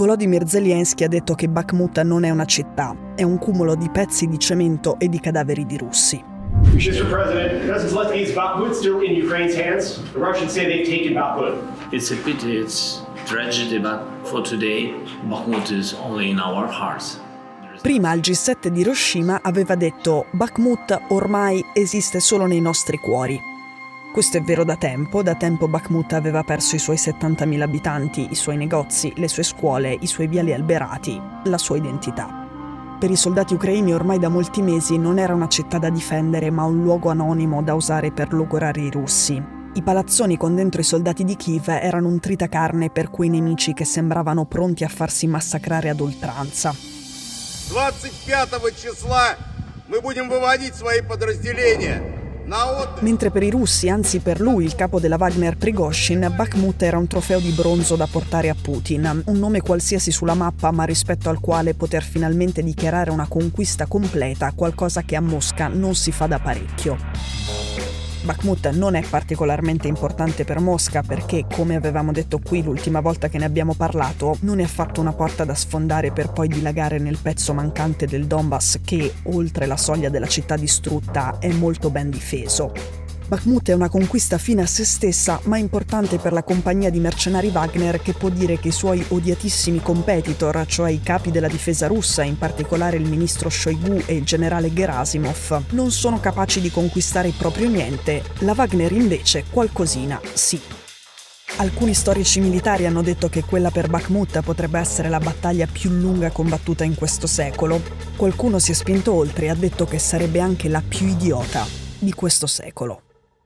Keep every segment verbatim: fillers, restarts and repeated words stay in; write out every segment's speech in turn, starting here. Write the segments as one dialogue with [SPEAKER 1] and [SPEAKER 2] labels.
[SPEAKER 1] Volodymyr Zelensky ha detto che Bakhmut non è una città, è un cumulo di pezzi di cemento e di cadaveri di russi.
[SPEAKER 2] mister President, President Zelensky, is Bakhmut still in Ukraine's hands? The Russians say they've taken Bakhmut.
[SPEAKER 3] It's a pity, it's tragedy, but for today, Bakhmut is only in our hearts.
[SPEAKER 1] Prima al G sette di Hiroshima aveva detto «Bakhmut ormai esiste solo nei nostri cuori». Questo è vero da tempo, da tempo Bakhmut aveva perso i suoi settantamila abitanti, i suoi negozi, le sue scuole, i suoi viali alberati, la sua identità. Per i soldati ucraini ormai da molti mesi non era una città da difendere, ma un luogo anonimo da usare per logorare i russi. I palazzoni con dentro i soldati di Kiev erano un tritacarne per quei nemici che sembravano pronti a farsi massacrare ad oltranza.
[SPEAKER 4] двадцать пятого числа мы будем выводить свои подразделения.
[SPEAKER 1] Mentre per i russi, anzi per lui, il capo della Wagner Prigozhin, Bakhmut era un trofeo di bronzo da portare a Putin, un nome qualsiasi sulla mappa ma rispetto al quale poter finalmente dichiarare una conquista completa, qualcosa che a Mosca non si fa da parecchio. Bakhmut non è particolarmente importante per Mosca perché, come avevamo detto qui l'ultima volta che ne abbiamo parlato, non è affatto una porta da sfondare per poi dilagare nel pezzo mancante del Donbass che, oltre la soglia della città distrutta, è molto ben difeso. Bakhmut è una conquista fine a se stessa, ma importante per la compagnia di mercenari Wagner che può dire che i suoi odiatissimi competitor, cioè i capi della difesa russa, in particolare il ministro Shoigu e il generale Gerasimov, non sono capaci di conquistare proprio niente, la Wagner invece qualcosina sì. Alcuni storici militari hanno detto che quella per Bakhmut potrebbe essere la battaglia più lunga combattuta in questo secolo. Qualcuno si è spinto oltre e ha detto che sarebbe anche la più idiota di questo secolo.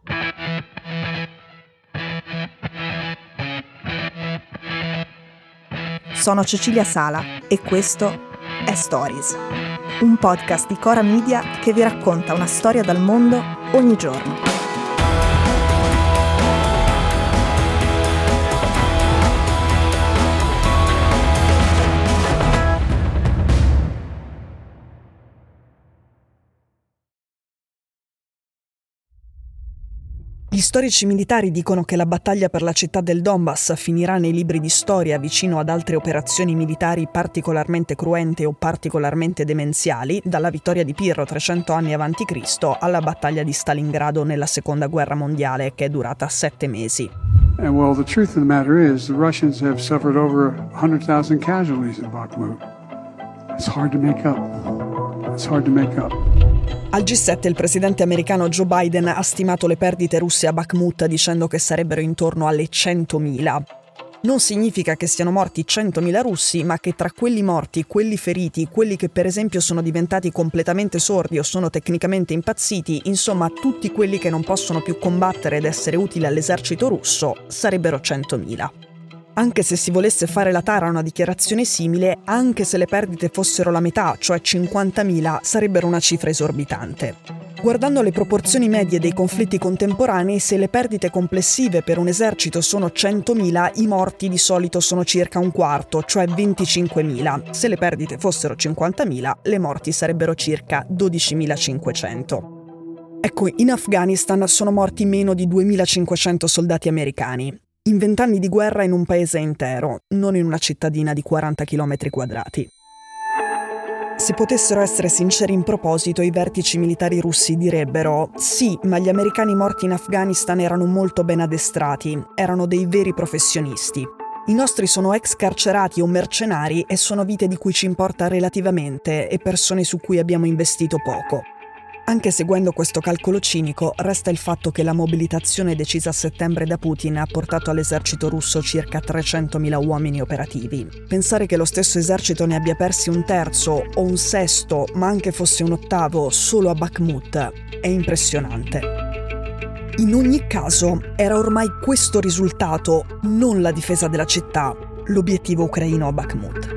[SPEAKER 5] Sono Cecilia Sala e questo è Stories, un podcast di Cora Media che vi racconta una storia dal mondo ogni giorno.
[SPEAKER 1] Gli storici militari dicono che la battaglia per la città del Donbass finirà nei libri di storia vicino ad altre operazioni militari particolarmente cruente o particolarmente demenziali, dalla vittoria di Pirro trecento anni avanti Cristo alla battaglia di Stalingrado nella Seconda Guerra Mondiale, che è durata sette mesi.
[SPEAKER 6] And well, the truth of the matter is, the Russians have suffered over one hundred thousand casualties in Bakhmut. It's hard to make up. It's hard to make up.
[SPEAKER 1] Al G sette il presidente americano Joe Biden ha stimato le perdite russe a Bakhmut dicendo che sarebbero intorno alle centomila. Non significa che siano morti centomila russi, ma che tra quelli morti, quelli feriti, quelli che per esempio sono diventati completamente sordi o sono tecnicamente impazziti, insomma tutti quelli che non possono più combattere ed essere utili all'esercito russo, sarebbero centomila. Anche se si volesse fare la tara a una dichiarazione simile, anche se le perdite fossero la metà, cioè cinquantamila, sarebbero una cifra esorbitante. Guardando le proporzioni medie dei conflitti contemporanei, se le perdite complessive per un esercito sono centomila, i morti di solito sono circa un quarto, cioè venticinquemila. Se le perdite fossero cinquantamila, le morti sarebbero circa dodicimilacinquecento. Ecco, in Afghanistan sono morti meno di duemilacinquecento soldati americani. In vent'anni di guerra in un paese intero, non in una cittadina di quaranta chilometri quadrati. Se potessero essere sinceri in proposito, i vertici militari russi direbbero «Sì, ma gli americani morti in Afghanistan erano molto ben addestrati, erano dei veri professionisti. I nostri sono ex carcerati o mercenari e sono vite di cui ci importa relativamente e persone su cui abbiamo investito poco». Anche seguendo questo calcolo cinico, resta il fatto che la mobilitazione decisa a settembre da Putin ha portato all'esercito russo circa trecentomila uomini operativi. Pensare che lo stesso esercito ne abbia persi un terzo o un sesto, ma anche fosse un ottavo, solo a Bakhmut, è impressionante. In ogni caso, era ormai questo risultato, non la difesa della città, l'obiettivo ucraino a Bakhmut.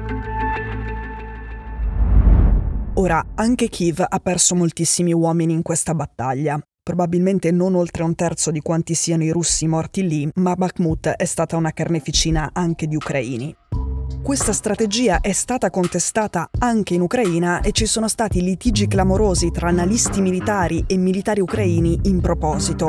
[SPEAKER 1] Ora, anche Kiev ha perso moltissimi uomini in questa battaglia. Probabilmente non oltre un terzo di quanti siano i russi morti lì, ma Bakhmut è stata una carneficina anche di ucraini. Questa strategia è stata contestata anche in Ucraina e ci sono stati litigi clamorosi tra analisti militari e militari ucraini in proposito.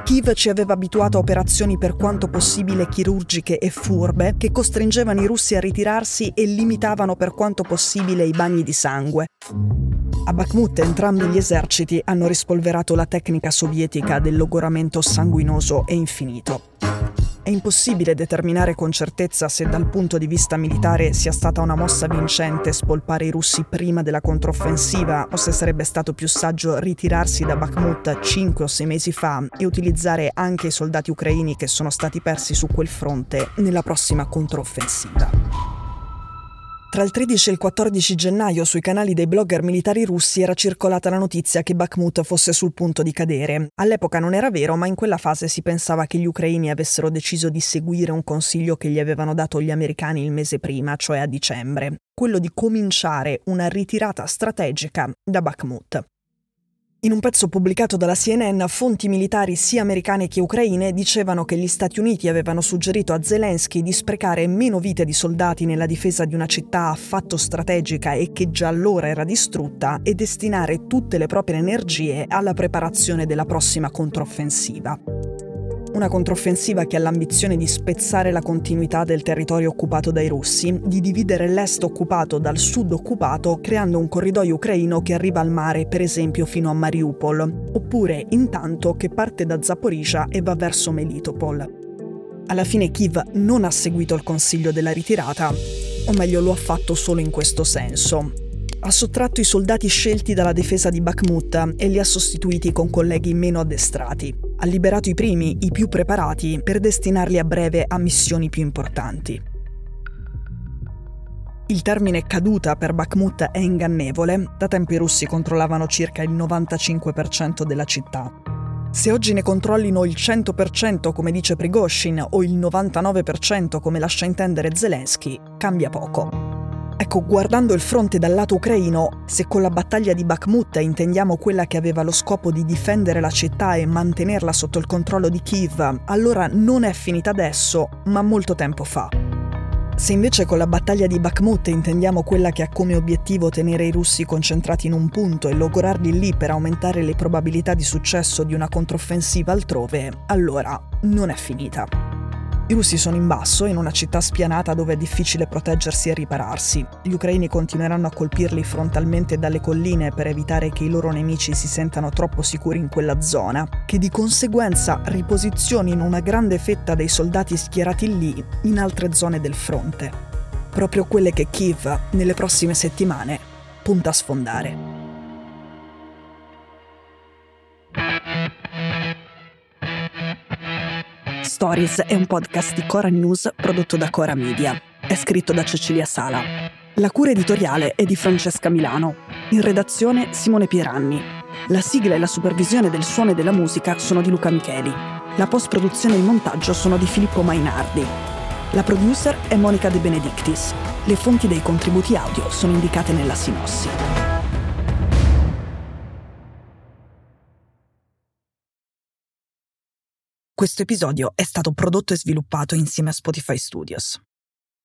[SPEAKER 1] Kiev ci aveva abituato a operazioni per quanto possibile chirurgiche e furbe che costringevano i russi a ritirarsi e limitavano per quanto possibile i bagni di sangue. A Bakhmut entrambi gli eserciti hanno rispolverato la tecnica sovietica del logoramento sanguinoso e infinito. È impossibile determinare con certezza se dal punto di vista militare sia stata una mossa vincente spolpare i russi prima della controffensiva o se sarebbe stato più saggio ritirarsi da Bakhmut cinque o sei mesi fa e utilizzare anche i soldati ucraini che sono stati persi su quel fronte nella prossima controffensiva. Tra il tredici e il quattordici gennaio sui canali dei blogger militari russi era circolata la notizia che Bakhmut fosse sul punto di cadere. All'epoca non era vero, ma in quella fase si pensava che gli ucraini avessero deciso di seguire un consiglio che gli avevano dato gli americani il mese prima, cioè a dicembre, quello di cominciare una ritirata strategica da Bakhmut. In un pezzo pubblicato dalla C N N, fonti militari sia americane che ucraine dicevano che gli Stati Uniti avevano suggerito a Zelensky di sprecare meno vite di soldati nella difesa di una città affatto strategica e che già allora era distrutta e destinare tutte le proprie energie alla preparazione della prossima controffensiva. Una controffensiva che ha l'ambizione di spezzare la continuità del territorio occupato dai russi, di dividere l'est occupato dal sud occupato, creando un corridoio ucraino che arriva al mare, per esempio fino a Mariupol, oppure intanto che parte da Zaporizhzhia e va verso Melitopol. Alla fine Kiev non ha seguito il consiglio della ritirata, o meglio lo ha fatto solo in questo senso. Ha sottratto i soldati scelti dalla difesa di Bakhmut e li ha sostituiti con colleghi meno addestrati. Ha liberato i primi, i più preparati, per destinarli a breve a missioni più importanti. Il termine caduta per Bakhmut è ingannevole, da tempo i russi controllavano circa il novantacinque per cento della città. Se oggi ne controllino il cento per cento come dice Prigozhin o il novantanove per cento come lascia intendere Zelensky, cambia poco. Ecco, guardando il fronte dal lato ucraino, se con la battaglia di Bakhmut intendiamo quella che aveva lo scopo di difendere la città e mantenerla sotto il controllo di Kiev, allora non è finita adesso, ma molto tempo fa. Se invece con la battaglia di Bakhmut intendiamo quella che ha come obiettivo tenere i russi concentrati in un punto e logorarli lì per aumentare le probabilità di successo di una controffensiva altrove, allora non è finita. I russi sono in basso, in una città spianata dove è difficile proteggersi e ripararsi. Gli ucraini continueranno a colpirli frontalmente dalle colline per evitare che i loro nemici si sentano troppo sicuri in quella zona, che di conseguenza riposizionino una grande fetta dei soldati schierati lì in altre zone del fronte. Proprio quelle che Kiev, nelle prossime settimane, punta a sfondare. Stories è un podcast di Cora News prodotto da Cora Media. È scritto da Cecilia Sala. La cura editoriale è di Francesca Milano. In redazione Simone Pieranni. La sigla e la supervisione del suono e della musica sono di Luca Micheli. La post-produzione e il montaggio sono di Filippo Mainardi. La producer è Monica De Benedictis. Le fonti dei contributi audio sono indicate nella sinossi. Questo episodio è stato prodotto e sviluppato insieme a Spotify Studios.